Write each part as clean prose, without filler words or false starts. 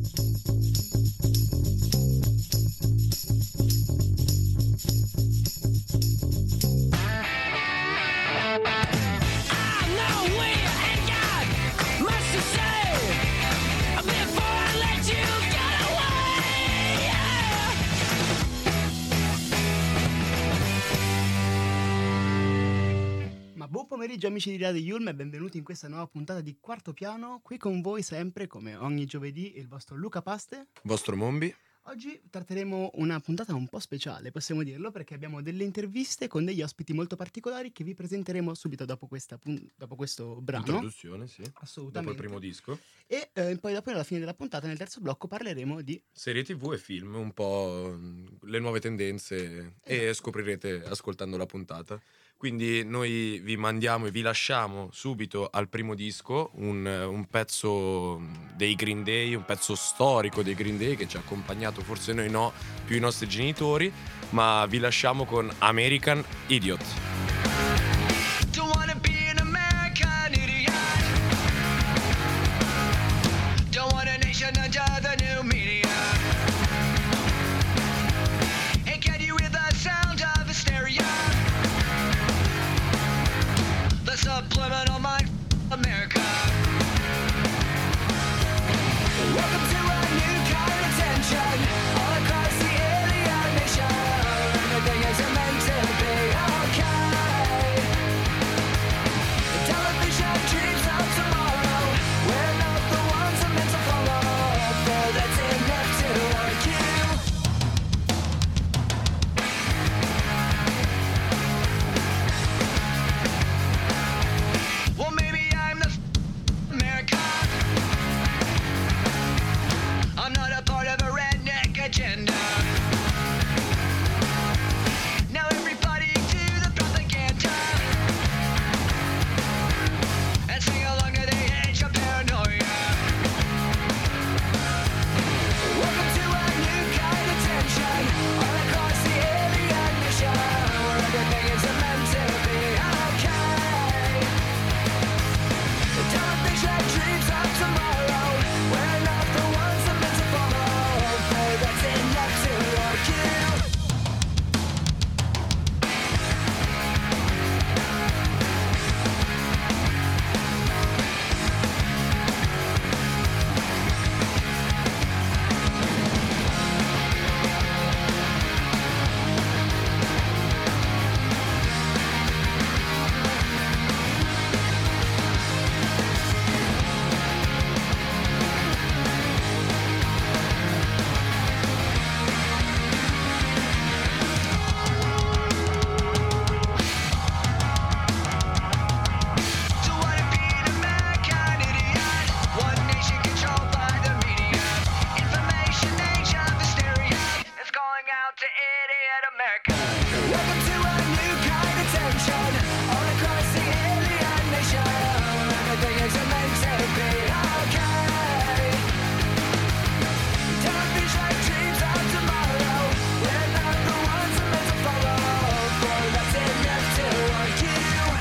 Buon pomeriggio amici di Radio Yulm e benvenuti in questa nuova puntata di Quarto Piano. Qui con voi sempre, come ogni giovedì, il vostro Luca Paste. Vostro Mombi. Oggi tratteremo una puntata un po' speciale, possiamo dirlo, perché abbiamo delle interviste con degli ospiti molto particolari che vi presenteremo subito dopo questo brano. Introduzione, sì. Assolutamente. Dopo il primo disco. E poi dopo, alla fine della puntata, nel terzo blocco, parleremo di serie TV e film, un po' le nuove tendenze, e scoprirete ascoltando la puntata. Quindi noi vi mandiamo e vi lasciamo subito al primo disco, un pezzo dei Green Day, un pezzo storico dei Green Day che ci ha accompagnato, forse noi no, più i nostri genitori, ma vi lasciamo con American Idiot. Subliminal mind, America. Welcome to a new kind of tension all across the alien nation. Everything is meant to be okay. The television dreams of tomorrow. We're not the ones I'm meant to follow, but that's enough to argue. Well, maybe I'm the America. I'm not a part of a redneck agenda. Now everybody do the propaganda and sing along to the edge of paranoia. Welcome to a new kind of tension all across the alien nation, where everything is meant to be okay. The television dreams of tomorrow. We're not the ones I'm meant to follow, but that's enough to argue. So what if being an American idiot? One nation controlled by the media. Information age of hysteria. It's going out to idiot America. Welcome to a new kind of tension all across the alien nation. Everything is meant to be okay. Television dreams of tomorrow. We're not the ones I'm meant to follow, but that's enough to argue.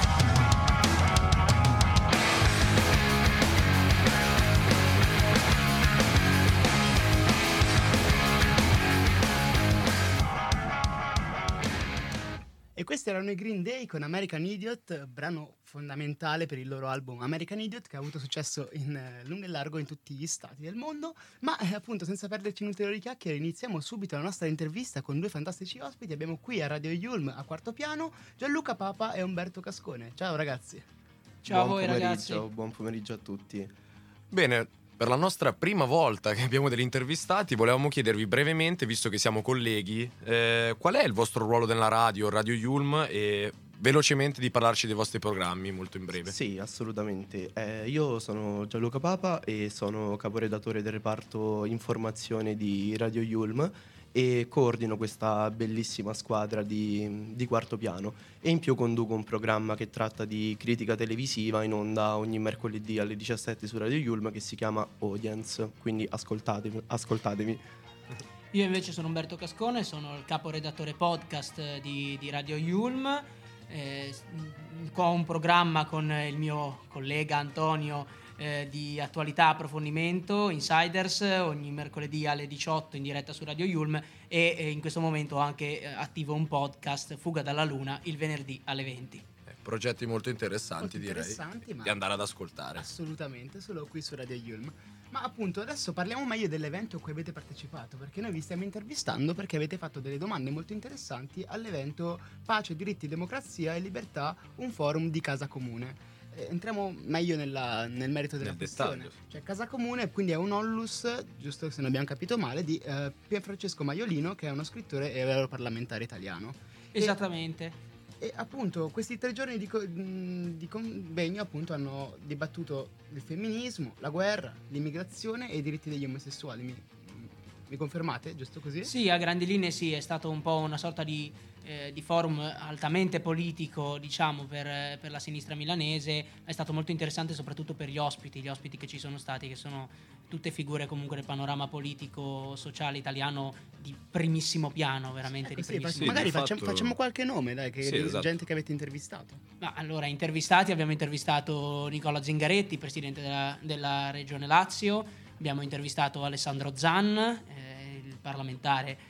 E questi erano i Green Day con American Idiot, brano fondamentale per il loro album American Idiot, che ha avuto successo in lungo e largo in tutti gli stati del mondo. Ma appunto, senza perderci in ulteriori chiacchiere, iniziamo subito la nostra intervista con due fantastici ospiti. Abbiamo qui a Radio Yulm, a Quarto Piano, Gianluca Papa e Umberto Cascone. Ciao ragazzi. Ciao a voi pomeriggio, ragazzi. buon pomeriggio a tutti. Bene, per la nostra prima volta che abbiamo degli intervistati, volevamo chiedervi brevemente, visto che siamo colleghi, qual è il vostro ruolo nella radio, Radio Yulm, e velocemente di parlarci dei vostri programmi, molto in breve. Sì, assolutamente. Io sono Gianluca Papa e sono caporedattore del reparto informazione di Radio Yulm e coordino questa bellissima squadra di Quarto Piano, e in più conduco un programma che tratta di critica televisiva in onda ogni mercoledì alle 17 su Radio Yulm, che si chiama Audience, quindi ascoltatevi. Io invece sono Umberto Cascone, sono il caporedattore podcast di Radio Yulm. Ho un programma con il mio collega Antonio di attualità, approfondimento, Insiders, ogni mercoledì alle 18 in diretta su Radio Yulm, e in questo momento ho anche attivo un podcast, Fuga dalla Luna, il venerdì alle 20. Progetti molto interessanti, Molto interessanti, direi, ma di andare ad ascoltare. assolutamente, solo qui su Radio Yulm. Ma appunto adesso parliamo meglio dell'evento a cui avete partecipato, perché noi vi stiamo intervistando perché avete fatto delle domande molto interessanti all'evento Pace, Diritti, Democrazia e Libertà, un forum di Casa Comune. Entriamo meglio nel merito della Nel questione. dettaglio. Cioè Casa Comune quindi è un onlus, giusto se non abbiamo capito male, di Pierfrancesco Maiolino, che è uno scrittore e europarlamentare italiano. Esattamente. E appunto questi 3 giorni di convegno appunto hanno dibattuto il femminismo, la guerra, l'immigrazione e i diritti degli omosessuali. Mi confermate, giusto così? Sì, a grandi linee sì, è stato un po' una sorta di forum altamente politico, diciamo, per la sinistra milanese. È stato molto interessante soprattutto per gli ospiti che ci sono stati, che sono tutte figure comunque del panorama politico sociale italiano di primissimo piano, veramente di Sì, primissimo sì, magari di fatto- facciamo qualche nome, dai, che Sì, di esatto. gente che avete intervistato. Ma allora, abbiamo intervistato Nicola Zingaretti, presidente della Regione Lazio, abbiamo intervistato Alessandro Zan, il parlamentare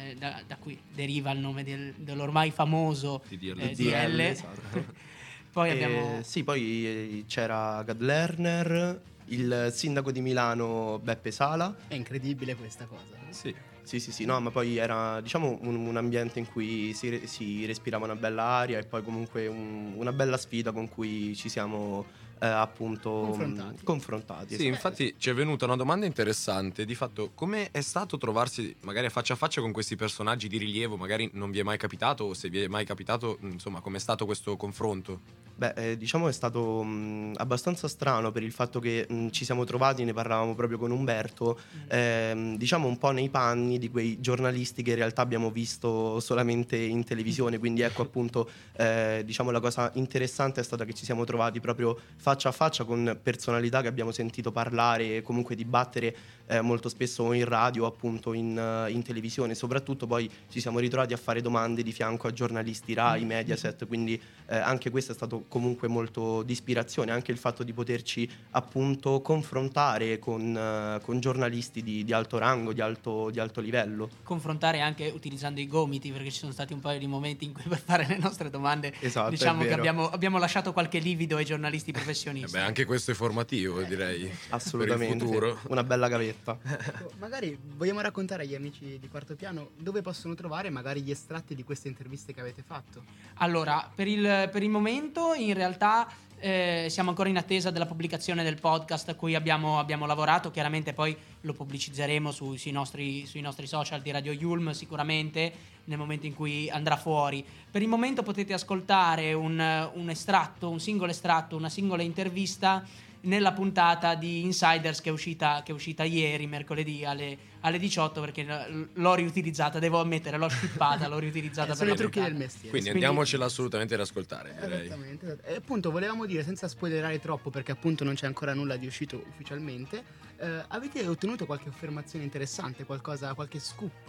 da cui deriva il nome dell'ormai famoso DDL. DL. esatto. Poi abbiamo... Sì, poi c'era Gad Lerner, il sindaco di Milano Beppe Sala. È incredibile questa cosa. Sì. Sì, no, ma poi era, diciamo, un ambiente in cui si respirava una bella aria e poi comunque una bella sfida con cui ci siamo appunto confrontati. Sì, infatti ci è venuta una domanda interessante, di fatto come è stato trovarsi magari a faccia con questi personaggi di rilievo, magari non vi è mai capitato, o se vi è mai capitato, insomma, com'è stato questo confronto? Beh, diciamo è stato abbastanza strano per il fatto che ci siamo trovati, ne parlavamo proprio con Umberto, diciamo un po' nei panni di quei giornalisti che in realtà abbiamo visto solamente in televisione, quindi ecco appunto diciamo la cosa interessante è stata che ci siamo trovati proprio faccia a faccia con personalità che abbiamo sentito parlare e comunque dibattere molto spesso in radio, appunto in televisione. Soprattutto poi ci siamo ritrovati a fare domande di fianco a giornalisti Rai, Mediaset, quindi anche questo è stato comunque molto di ispirazione, anche il fatto di poterci appunto confrontare con giornalisti di alto rango, di alto livello. confrontare anche utilizzando i gomiti, perché ci sono stati un paio di momenti in cui per fare le nostre domande Esatto, diciamo è che vero. abbiamo lasciato qualche livido ai giornalisti professionisti. Beh, anche questo è formativo, direi. Assolutamente, Per il futuro. una bella gavetta. Ecco, magari vogliamo raccontare agli amici di Quarto Piano dove possono trovare magari gli estratti di queste interviste che avete fatto. Allora, per il momento in realtà siamo ancora in attesa della pubblicazione del podcast a cui abbiamo lavorato. Chiaramente poi lo pubblicizzeremo sui nostri social di Radio Yulm sicuramente nel momento in cui andrà fuori. Per il momento potete ascoltare un estratto, un singolo estratto, una singola intervista nella puntata di Insiders che è uscita ieri, mercoledì alle 18, perché l'ho riutilizzata, devo ammettere, l'ho shippata, l'ho riutilizzata Sono per i la trucchi del puntata. mestiere. Quindi andiamocela assolutamente ad ascoltare, direi. Esattamente. E appunto volevamo dire, senza spoilerare troppo perché appunto non c'è ancora nulla di uscito ufficialmente, avete ottenuto qualche affermazione interessante, qualche scoop?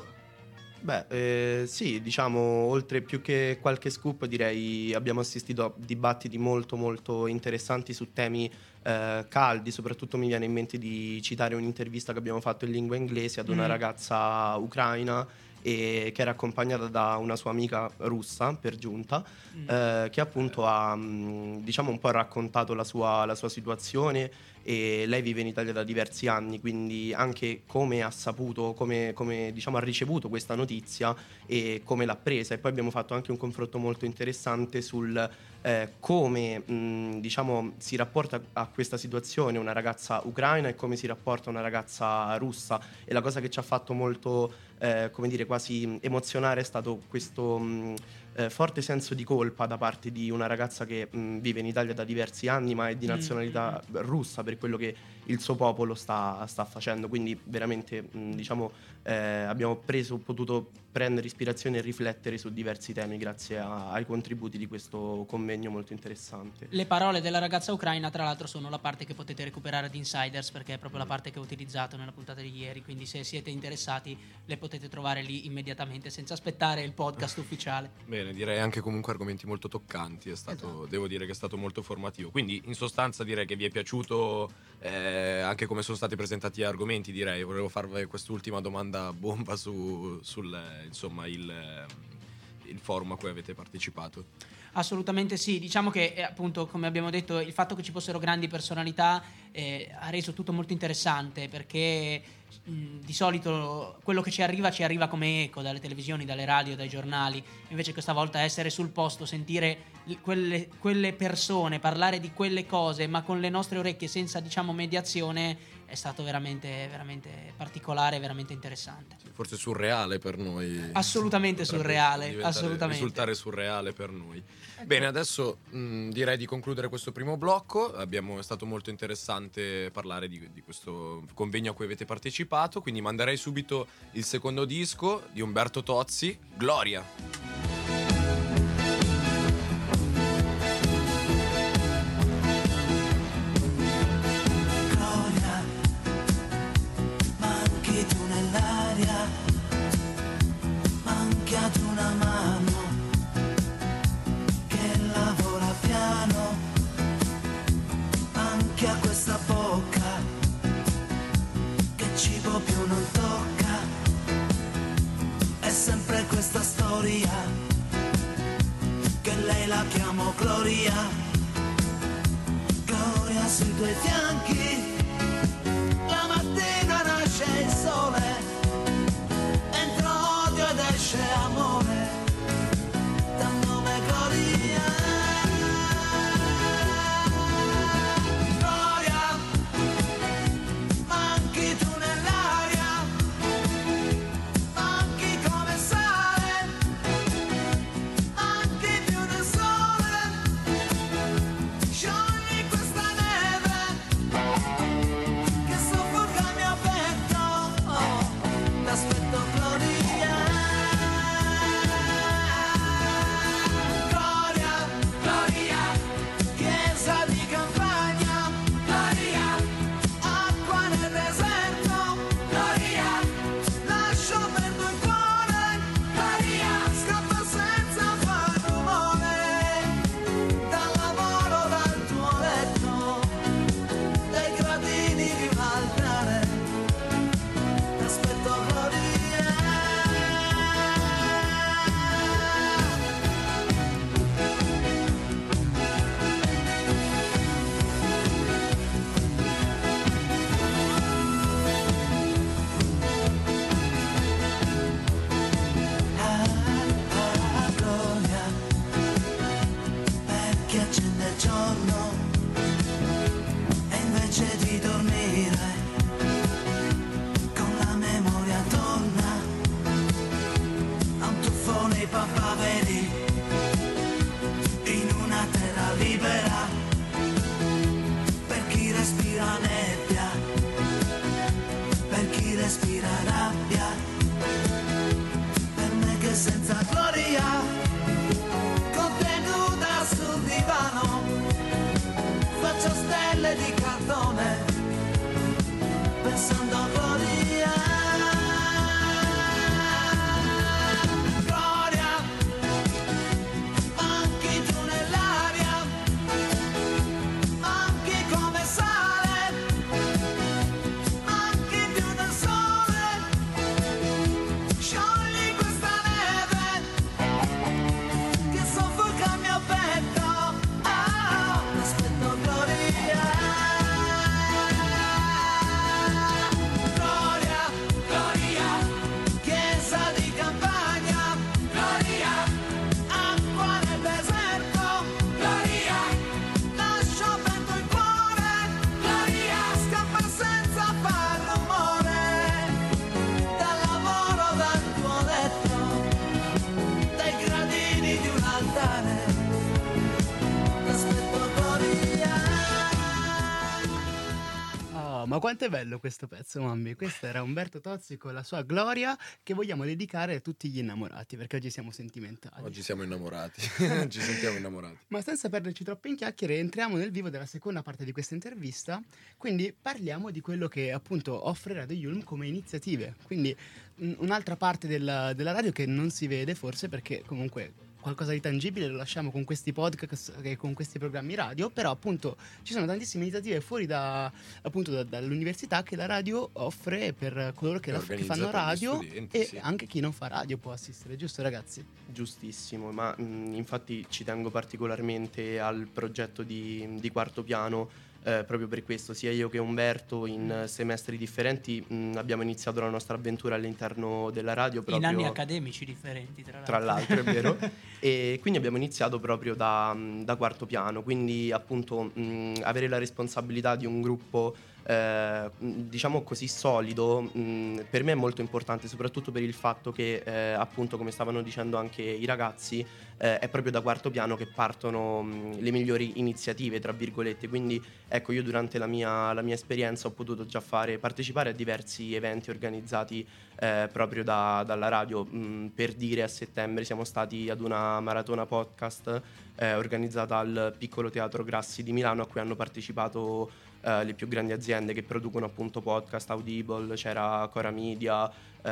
Beh, sì, diciamo, oltre più che qualche scoop, direi abbiamo assistito a dibattiti molto molto interessanti su temi caldi. Soprattutto mi viene in mente di citare un'intervista che abbiamo fatto in lingua inglese ad una ragazza ucraina e che era accompagnata da una sua amica russa per giunta, che appunto ha diciamo un po' raccontato la sua situazione. E lei vive in Italia da diversi anni, quindi anche come ha saputo, come diciamo ha ricevuto questa notizia e come l'ha presa. E poi abbiamo fatto anche un confronto molto interessante sul come diciamo si rapporta a questa situazione una ragazza ucraina e come si rapporta una ragazza russa. E la cosa che ci ha fatto molto come dire quasi emozionare è stato questo forte senso di colpa da parte di una ragazza che vive in Italia da diversi anni ma è di nazionalità russa, per quello che il suo popolo sta facendo. Quindi veramente abbiamo potuto prendere ispirazione e riflettere su diversi temi grazie ai contributi di questo convegno molto interessante. Le parole della ragazza ucraina, tra l'altro, sono la parte che potete recuperare ad Insiders, perché è proprio la parte che ho utilizzato nella puntata di ieri, quindi se siete interessati le potete trovare lì immediatamente senza aspettare il podcast ufficiale. Bene, direi anche comunque argomenti molto toccanti, devo dire che è stato molto formativo. Quindi in sostanza direi che vi è piaciuto anche come sono stati presentati gli argomenti. Direi, volevo farvi quest'ultima domanda bomba sul insomma il forum a cui avete partecipato. Assolutamente sì, diciamo che appunto, come abbiamo detto, il fatto che ci fossero grandi personalità ha reso tutto molto interessante, perché di solito quello che ci arriva come eco dalle televisioni, dalle radio, dai giornali. Invece questa volta essere sul posto, sentire quelle persone, parlare di quelle cose ma con le nostre orecchie, senza mediazione, è stato veramente, veramente particolare, veramente interessante. Forse surreale per noi. Assolutamente surreale, assolutamente. Risultare surreale per noi. Bene, adesso direi di concludere questo primo blocco. È stato molto interessante parlare di questo convegno a cui avete partecipato, quindi manderei subito il secondo disco di Umberto Tozzi, Gloria. Questa storia che lei la chiamo Gloria, Gloria sui tuoi fianchi, la mattina nasce il sole, entra odio ed esce amore, dal nome Gloria. Gloria, manchi tu nell'aria, manchi come sale, manchi più del sole, sciogli questa neve che soffoca il mio petto, t'aspetto Gloria. Gloria, Gloria, chiesa di campagna, Gloria, acqua nel deserto, Gloria, lascio perdo il cuore, Gloria, scappo senza far rumore, dal lavoro, dal tuo letto, dai gradini di un altare, t'aspetto Gloria. Gloria, per chi accende il giorno e invece di dormire con la memoria torna a un tuffo nei papaveri in una terra libera, per chi respira nebbia, per chi respira rabbia, per me che senza gloria, contenuta sul divano, faccio stelle di cartone, pensando a gloria. Gloria, manchi tu nell'aria, manchi come sale, manchi più del sole, sciogli questa neve che soffoca il mio petto, t'aspetto Gloria. Ma quanto è bello questo pezzo, Mambi. Questo era Umberto Tozzi con la sua Gloria, che vogliamo dedicare a tutti gli innamorati, perché oggi siamo sentimentali. Oggi siamo innamorati, ci sentiamo innamorati. Ma senza perderci troppo in chiacchiere, entriamo nel vivo della seconda parte di questa intervista. Quindi parliamo di quello che appunto offre Radio Yulm come iniziative. Quindi un'altra parte della radio che non si vede forse, perché comunque qualcosa di tangibile lo lasciamo con questi podcast e con questi programmi radio, però appunto ci sono tantissime iniziative fuori dall'università che la radio offre per coloro che Organizza fanno per gli radio, studenti, e sì. anche chi non fa radio può assistere, giusto ragazzi? Giustissimo, ma infatti ci tengo particolarmente al progetto di quarto piano, proprio per questo sia io che Umberto in semestri differenti abbiamo iniziato la nostra avventura all'interno della radio In proprio anni accademici differenti, tra l'altro. tra l'altro, è vero. E quindi abbiamo iniziato proprio da quarto piano, quindi appunto avere la responsabilità di un gruppo diciamo così solido per me è molto importante, soprattutto per il fatto che appunto, come stavano dicendo anche i ragazzi, è proprio da quarto piano che partono le migliori iniziative, tra virgolette. Quindi ecco, io durante la mia esperienza ho potuto già partecipare a diversi eventi organizzati proprio dalla radio. Per dire, a settembre siamo stati ad una maratona podcast organizzata al Piccolo Teatro Grassi di Milano, a cui hanno partecipato le più grandi aziende che producono appunto podcast, Audible, c'era Cora Media,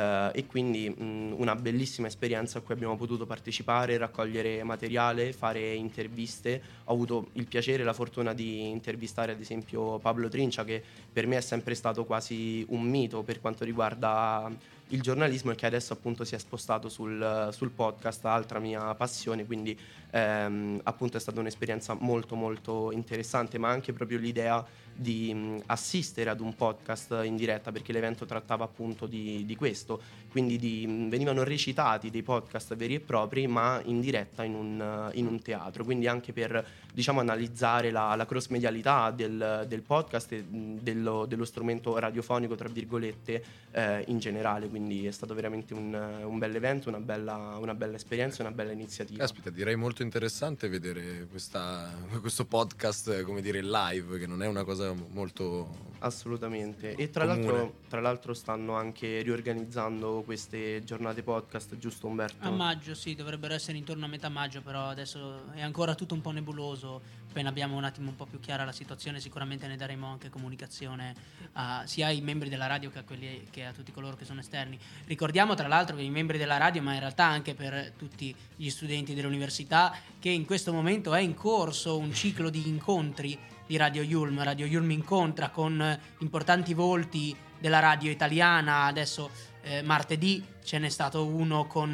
e quindi una bellissima esperienza a cui abbiamo potuto partecipare, raccogliere materiale, fare interviste. Ho avuto il piacere e la fortuna di intervistare ad esempio Pablo Trincia, che per me è sempre stato quasi un mito per quanto riguarda il giornalismo, e che adesso appunto si è spostato sul podcast, altra mia passione. Quindi appunto è stata un'esperienza molto molto interessante, ma anche proprio l'idea di assistere ad un podcast in diretta, perché l'evento trattava appunto di questo, quindi venivano recitati dei podcast veri e propri ma in diretta in un teatro, quindi anche per diciamo analizzare la cross medialità del podcast e dello strumento radiofonico, tra virgolette, in generale. Quindi è stato veramente un bel evento, una bella esperienza, una bella iniziativa. Caspita, direi molto interessante vedere questo podcast, come dire, live, che non è una cosa molto Assolutamente. E tra comune. l'altro stanno anche riorganizzando queste giornate podcast, giusto Umberto? A maggio, sì, dovrebbero essere intorno a metà maggio, però adesso è ancora tutto un po' nebuloso. Appena abbiamo un attimo un po' più chiara la situazione, sicuramente ne daremo anche comunicazione sia ai membri della radio che a tutti coloro che sono esterni. Ricordiamo tra l'altro che i membri della radio, ma in realtà anche per tutti gli studenti dell'università, che in questo momento è in corso un ciclo di incontri di Radio Yulm. Radio Yulm incontra con importanti volti della radio italiana. Adesso martedì ce n'è stato uno con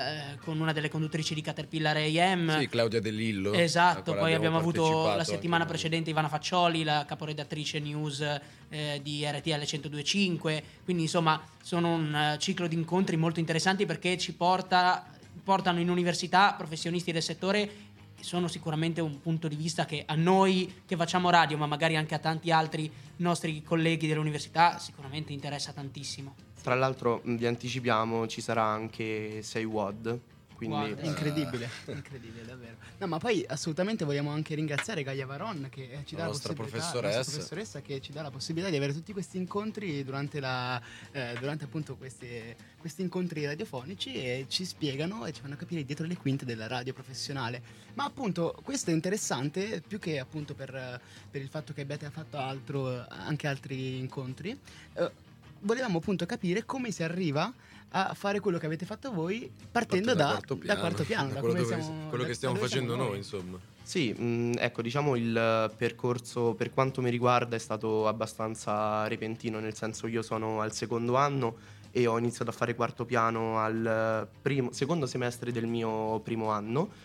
una delle conduttrici di Caterpillar AM. Sì, Claudia De Lillo. Esatto, poi abbiamo avuto partecipato la settimana anche noi. precedente Ivana Faccioli, la caporedattrice news di RTL 102.5. Quindi insomma sono un ciclo di incontri molto interessanti, perché ci portano in università professionisti del settore. Sono sicuramente un punto di vista che a noi che facciamo radio, ma magari anche a tanti altri nostri colleghi dell'università, sicuramente interessa tantissimo. Tra l'altro vi anticipiamo, ci sarà anche 6 WOD, quindi Guarda. Incredibile, incredibile davvero. No, ma poi assolutamente vogliamo anche ringraziare Gaia Varon, che ci dà La la nostra possibilità, professoressa. la nostra professoressa, che ci dà la possibilità di avere tutti questi incontri durante appunto questi incontri radiofonici, e ci spiegano e ci fanno capire dietro le quinte della radio professionale. Ma appunto questo è interessante più che appunto per il fatto che abbiate fatto anche altri incontri. Volevamo appunto capire come si arriva a fare quello che avete fatto voi, partendo da quarto piano, da da quello, come dove- siamo- quello da- che stiamo da dove facendo siamo noi, insomma. sì, ecco, diciamo il percorso per quanto mi riguarda è stato abbastanza repentino, nel senso io sono al secondo anno e ho iniziato a fare quarto piano al secondo semestre del mio primo anno.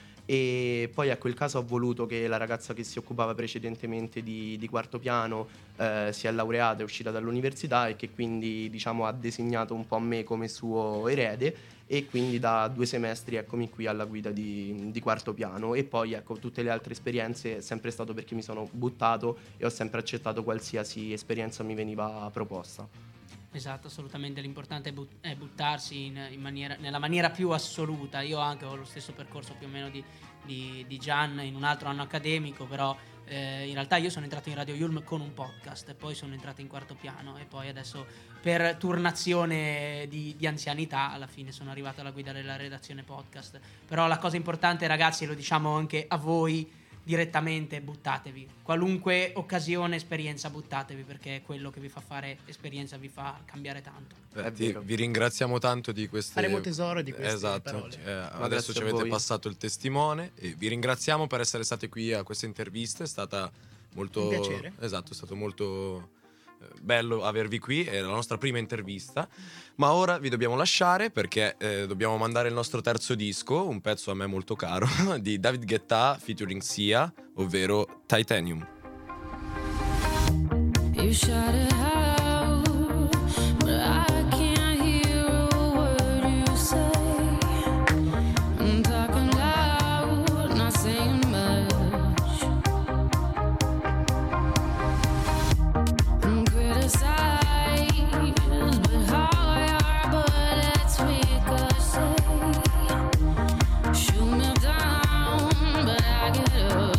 E poi ecco, il caso ha voluto che la ragazza che si occupava precedentemente di quarto piano si è laureata, è uscita dall'università, e che quindi diciamo ha designato un po' me come suo erede, e quindi da 2 semestri eccomi qui alla guida di quarto piano. E poi ecco, tutte le altre esperienze è sempre stato perché mi sono buttato e ho sempre accettato qualsiasi esperienza mi veniva proposta. Esatto, assolutamente. L'importante è buttarsi nella maniera più assoluta. Io anche ho lo stesso percorso più o meno di Gian in un altro anno accademico, però in realtà io sono entrato in Radio Yulm con un podcast e poi sono entrato in quarto piano e poi adesso per turnazione di anzianità alla fine sono arrivato alla guida della redazione podcast. Però la cosa importante, ragazzi, lo diciamo anche a voi direttamente, buttatevi. Qualunque occasione, esperienza, buttatevi, perché è quello che vi fa fare esperienza, vi fa cambiare tanto. Vi ringraziamo tanto di queste... Faremo tesoro di queste esatto. parole. Adesso grazie ci a avete voi. passato il testimone e vi ringraziamo per essere stati qui a questa intervista. È stata molto... Un piacere. Esatto, è stato molto bello avervi qui, è la nostra prima intervista, ma ora vi dobbiamo lasciare perché dobbiamo mandare il nostro terzo disco, un pezzo a me molto caro, di David Guetta featuring Sia, ovvero Titanium. You shout it out, but I can't hear a word you say. I'm talking loud, not saying much. I'm criticized, but how your bullets ricochet. Shoot me down, but I get up.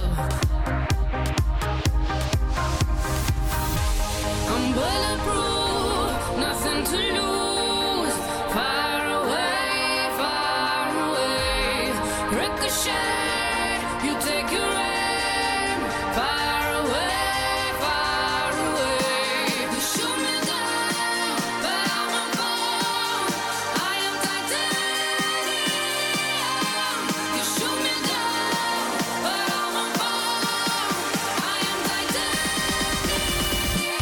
I'm bulletproof, nothing to lose. Far away, ricochet. You take your aim. Far away. You shoot me down, but I won't fall. I am titanium. You shoot me down, but I won't fall. I am titanium.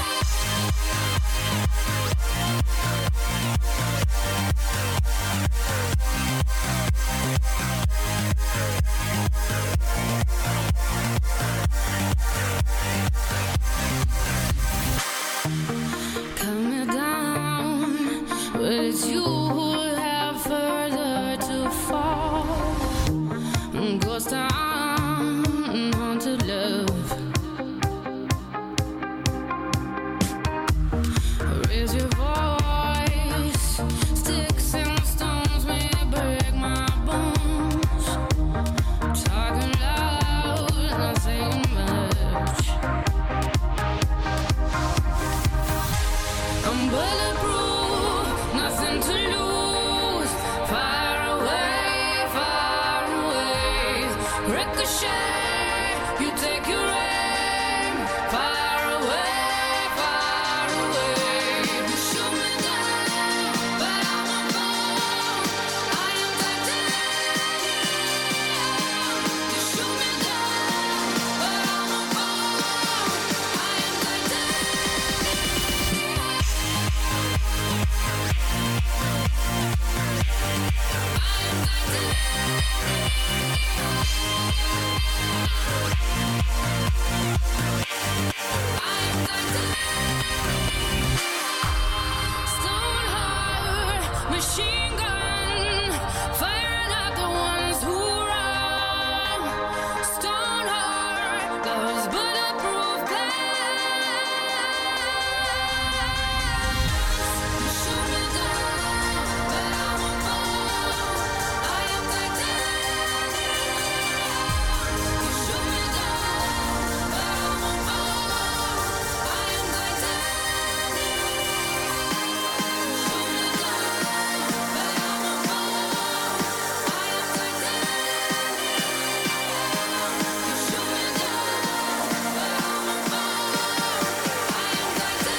Cut me down, but it's you who have further to fall. Ghost town, haunted love. Raise your voice, sticks and stones may break my bones. Talking loud, not saying much. I'm bulletproof, nothing to lose. Far away, ricochet. You take your aim. Far away. You shoot me down, but I won't fall. I am titanium. You shoot me down, but I won't fall. I am titanium. Stone heart, machine gun, firing at the ones who run. Stone heart, those bulletproof glass. You shoot me down, but I won't fall. I am titanium. You shoot me down, but I won't fall. I am titanium. You shoot me down, but I won't fall. I am titanium. You shoot me down, but I won't fall. I am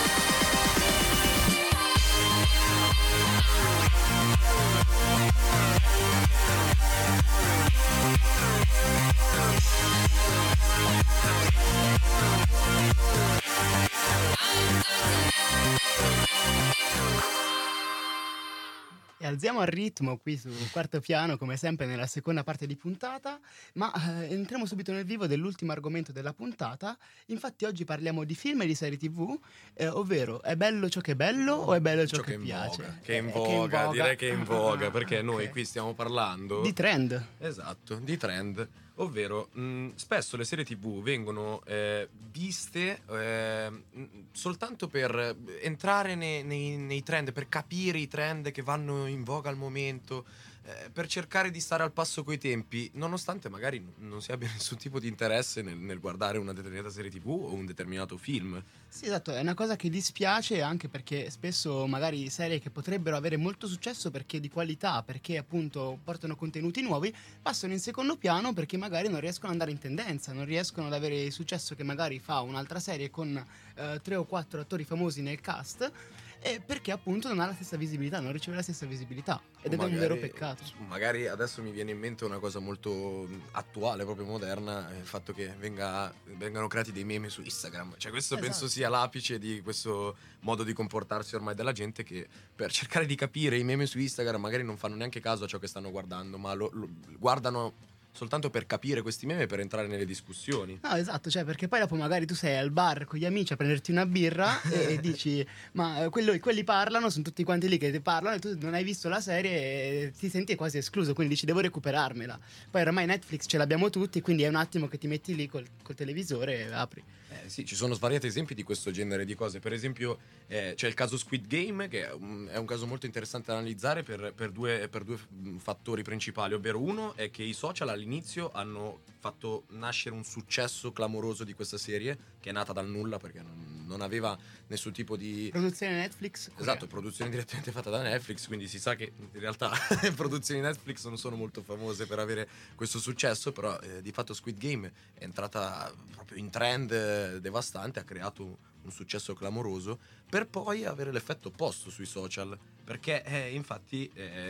E alziamo al ritmo qui sul quarto piano, come sempre nella seconda parte di puntata, ma entriamo subito nel vivo dell'ultimo argomento della puntata. Infatti oggi parliamo di film e di serie TV, ovvero è bello ciò che è bello o è bello ciò che è in piace? voga, che è in Che voga, direi che è in voga, Ah, perché noi ok. qui stiamo parlando Di trend. esatto, di trend. Ovvero, spesso le serie TV vengono viste soltanto per entrare nei trend, per capire i trend che vanno in voga al momento, per cercare di stare al passo coi tempi, nonostante magari non si abbia nessun tipo di interesse nel guardare una determinata serie TV o un determinato film. Sì, esatto, è una cosa che dispiace anche perché spesso magari serie che potrebbero avere molto successo perché di qualità, perché appunto portano contenuti nuovi, passano in secondo piano perché magari non riescono ad andare in tendenza, non riescono ad avere il successo che magari fa un'altra serie con 3 o 4 attori famosi nel cast. Perché appunto non ha la stessa visibilità, non riceve la stessa visibilità ed è un vero peccato. Magari adesso mi viene in mente una cosa molto attuale, proprio moderna, il fatto che vengano creati dei meme su Instagram. Cioè questo penso sia l'apice di questo modo di comportarsi ormai della gente, che per cercare di capire i meme su Instagram magari non fanno neanche caso a ciò che stanno guardando, ma lo guardano soltanto per capire questi meme e per entrare nelle discussioni. No, esatto, cioè perché poi dopo magari tu sei al bar con gli amici a prenderti una birra e dici ma quelli parlano, sono tutti quanti lì che ti parlano e tu non hai visto la serie e ti senti quasi escluso, quindi dici devo recuperarmela. Poi ormai Netflix ce l'abbiamo tutti, quindi è un attimo che ti metti lì col televisore e apri. Sì, ci sono svariati esempi di questo genere di cose. Per esempio c'è il caso Squid Game, che è un caso molto interessante da analizzare per due fattori principali, ovvero uno è che i social all'inizio hanno fatto nascere un successo clamoroso di questa serie, che è nata dal nulla perché non aveva nessun tipo di Produzione Netflix? Esatto, produzione direttamente fatta da Netflix, quindi si sa che in realtà le produzioni Netflix non sono molto famose per avere questo successo, però di fatto Squid Game è entrata proprio in trend devastante, ha creato un successo clamoroso, per poi avere l'effetto opposto sui social, perché infatti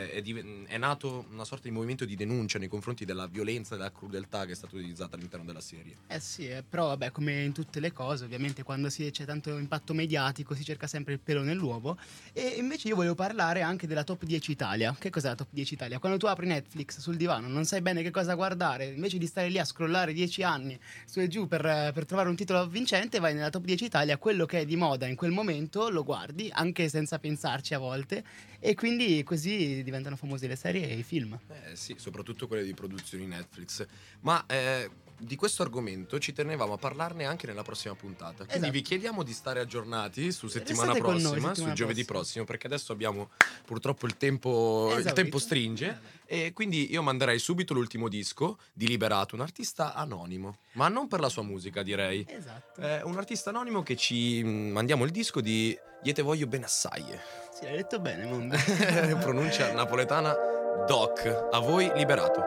è nato una sorta di movimento di denuncia nei confronti della violenza e della crudeltà che è stata utilizzata all'interno della serie. Sì, però vabbè, come in tutte le cose, ovviamente quando c'è tanto impatto mediatico si cerca sempre il pelo nell'uovo. E invece io volevo parlare anche della Top 10 Italia. Che cos'è la Top 10 Italia? Quando tu apri Netflix sul divano, non sai bene che cosa guardare, invece di stare lì a scrollare 10 anni su e giù per trovare un titolo vincente, vai nella Top 10 Italia, quello che è di moda in quel momento lo guardi, anche senza pensarci a volte, e quindi così diventano famose le serie e i film. Sì, soprattutto quelle di produzioni Netflix. Ma di questo argomento ci tenevamo a parlarne anche nella prossima puntata. Quindi vi chiediamo di stare aggiornati su settimana Restate con noi, prossima, settimana su giovedì prossima. prossimo, perché adesso abbiamo purtroppo il tempo stringe. E quindi io manderei subito l'ultimo disco di Liberato, un artista anonimo, ma non per la sua musica, direi. Esatto. Un artista anonimo che ci mandiamo il disco di Io te voglio bene assai. Sì, l'hai detto bene, Mondo. Pronuncia napoletana Doc. A voi Liberato.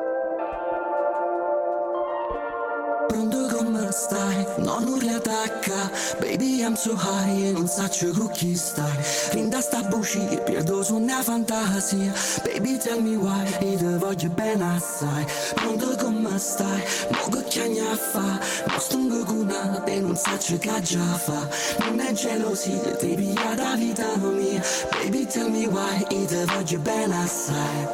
Pronto come stai? No, non riattacca. Baby, I'm so high e non saccio con chi stai. Rinda sta buccia, perdo su una fantasia. Baby, tell me why, e te voglio bene assai. Pronto come stai? Mo che chiagna fa? Non stungo con una e non saccio che già fa. Non è gelosia, ti piglia da vita mia. Baby, tell me why, e te voglio bene assai.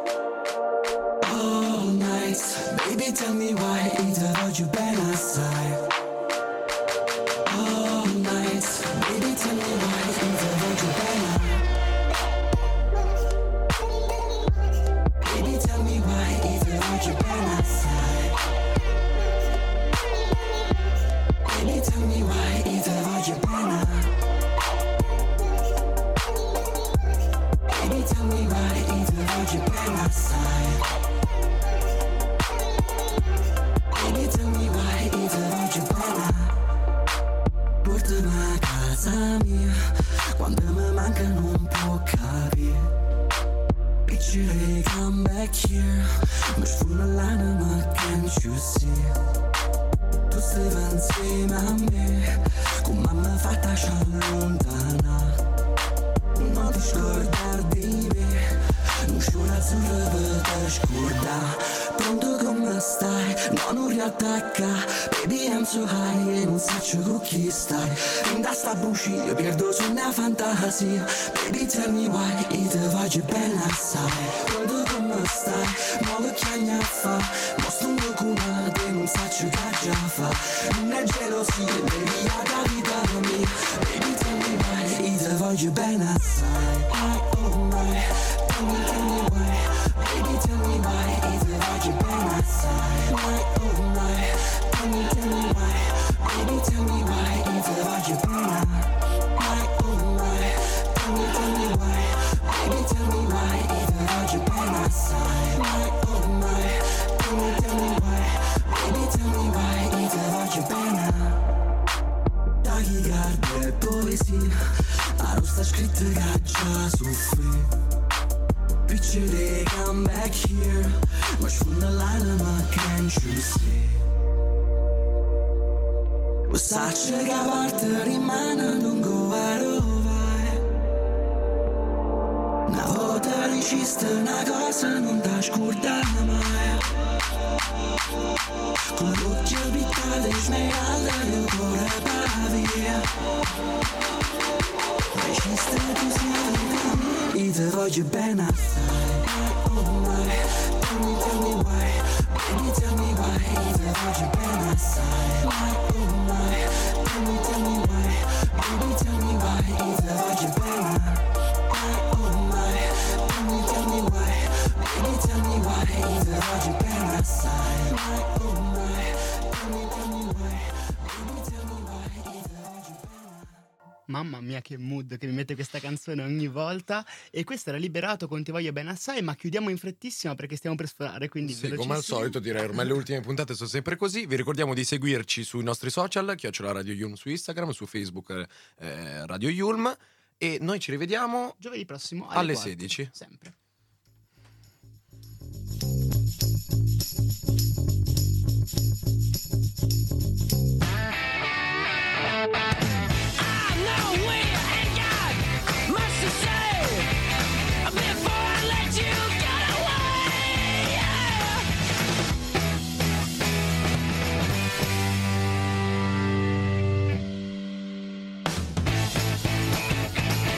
All night, baby, tell me why, e te voglio bene assai. All night, baby, tell me why, e te voglio bene. Baby, tell me why, e te voglio bene assai. Baby, tell me why, e te voglio bene. Baby, tell me why, e te voglio bene assai. Baby, tell me why, e te voglio bene. Portami a casa mia, quando mi manca non può capire. Picture come back here, mi sfuma l'anima, can't you see? Tu stai insieme a me, come mamma fatta ci allontana. Non ti scordar di me, non c'è un azzurro per te scordare. Pronto come stai? No, non riattacca. Baby, I'm so high e non saccio con chi stai. Rinda sta buccia, perdo su una fantasia. Baby, tell me why, e te voglio bene assai. Pronto come stai? No, che chiagna fa? Mo stungo con una e non saccio che già fa. Non è gelosia, baby, la vita mia. Baby, tell me why, e te voglio bene assai. Oh my, tell me why. Baby, tell me why. Either oggi ben assai. My, oh my. Tell me why. Baby, tell me why. Either oggi ben my, oh my. Tell me why. Baby, tell me why. Either oggi ben assai. My, oh my. Tell me why. Baby, tell me why. Either oggi ben tachicardia e poesia. Ma non sta scritto che già soffri. Picture they come back here. Much from the line, ma can't you see? Versace che a parte rimane lungo vai. Una volta diciste una cosa non ti scorda mai. Con l'occhio pittati smeralda il cuore va via. Esiste così e te voglio bene assai. Oh my, tell me why. Baby, tell me why. E te voglio bene assai. Oh my, tell me why. Baby, tell me why. E te voglio bene. Oh my, tell me why. Baby, tell me why. E te voglio bene assai. Oh my, tell me why. Baby, tell me why. E te voglio bene. Mamma mia che mood che mi mette questa canzone ogni volta. E questo era Liberato con Ti voglio bene assai. Ma chiudiamo in frettissima perché stiamo per sforare, quindi Sì, come al velocissimo. solito direi ormai le ultime puntate sono sempre così. Vi ricordiamo di seguirci sui nostri social, @Radio Yulm su Instagram, su Facebook Radio Yulm. E noi ci rivediamo Giovedì prossimo alle 4, 16. sempre.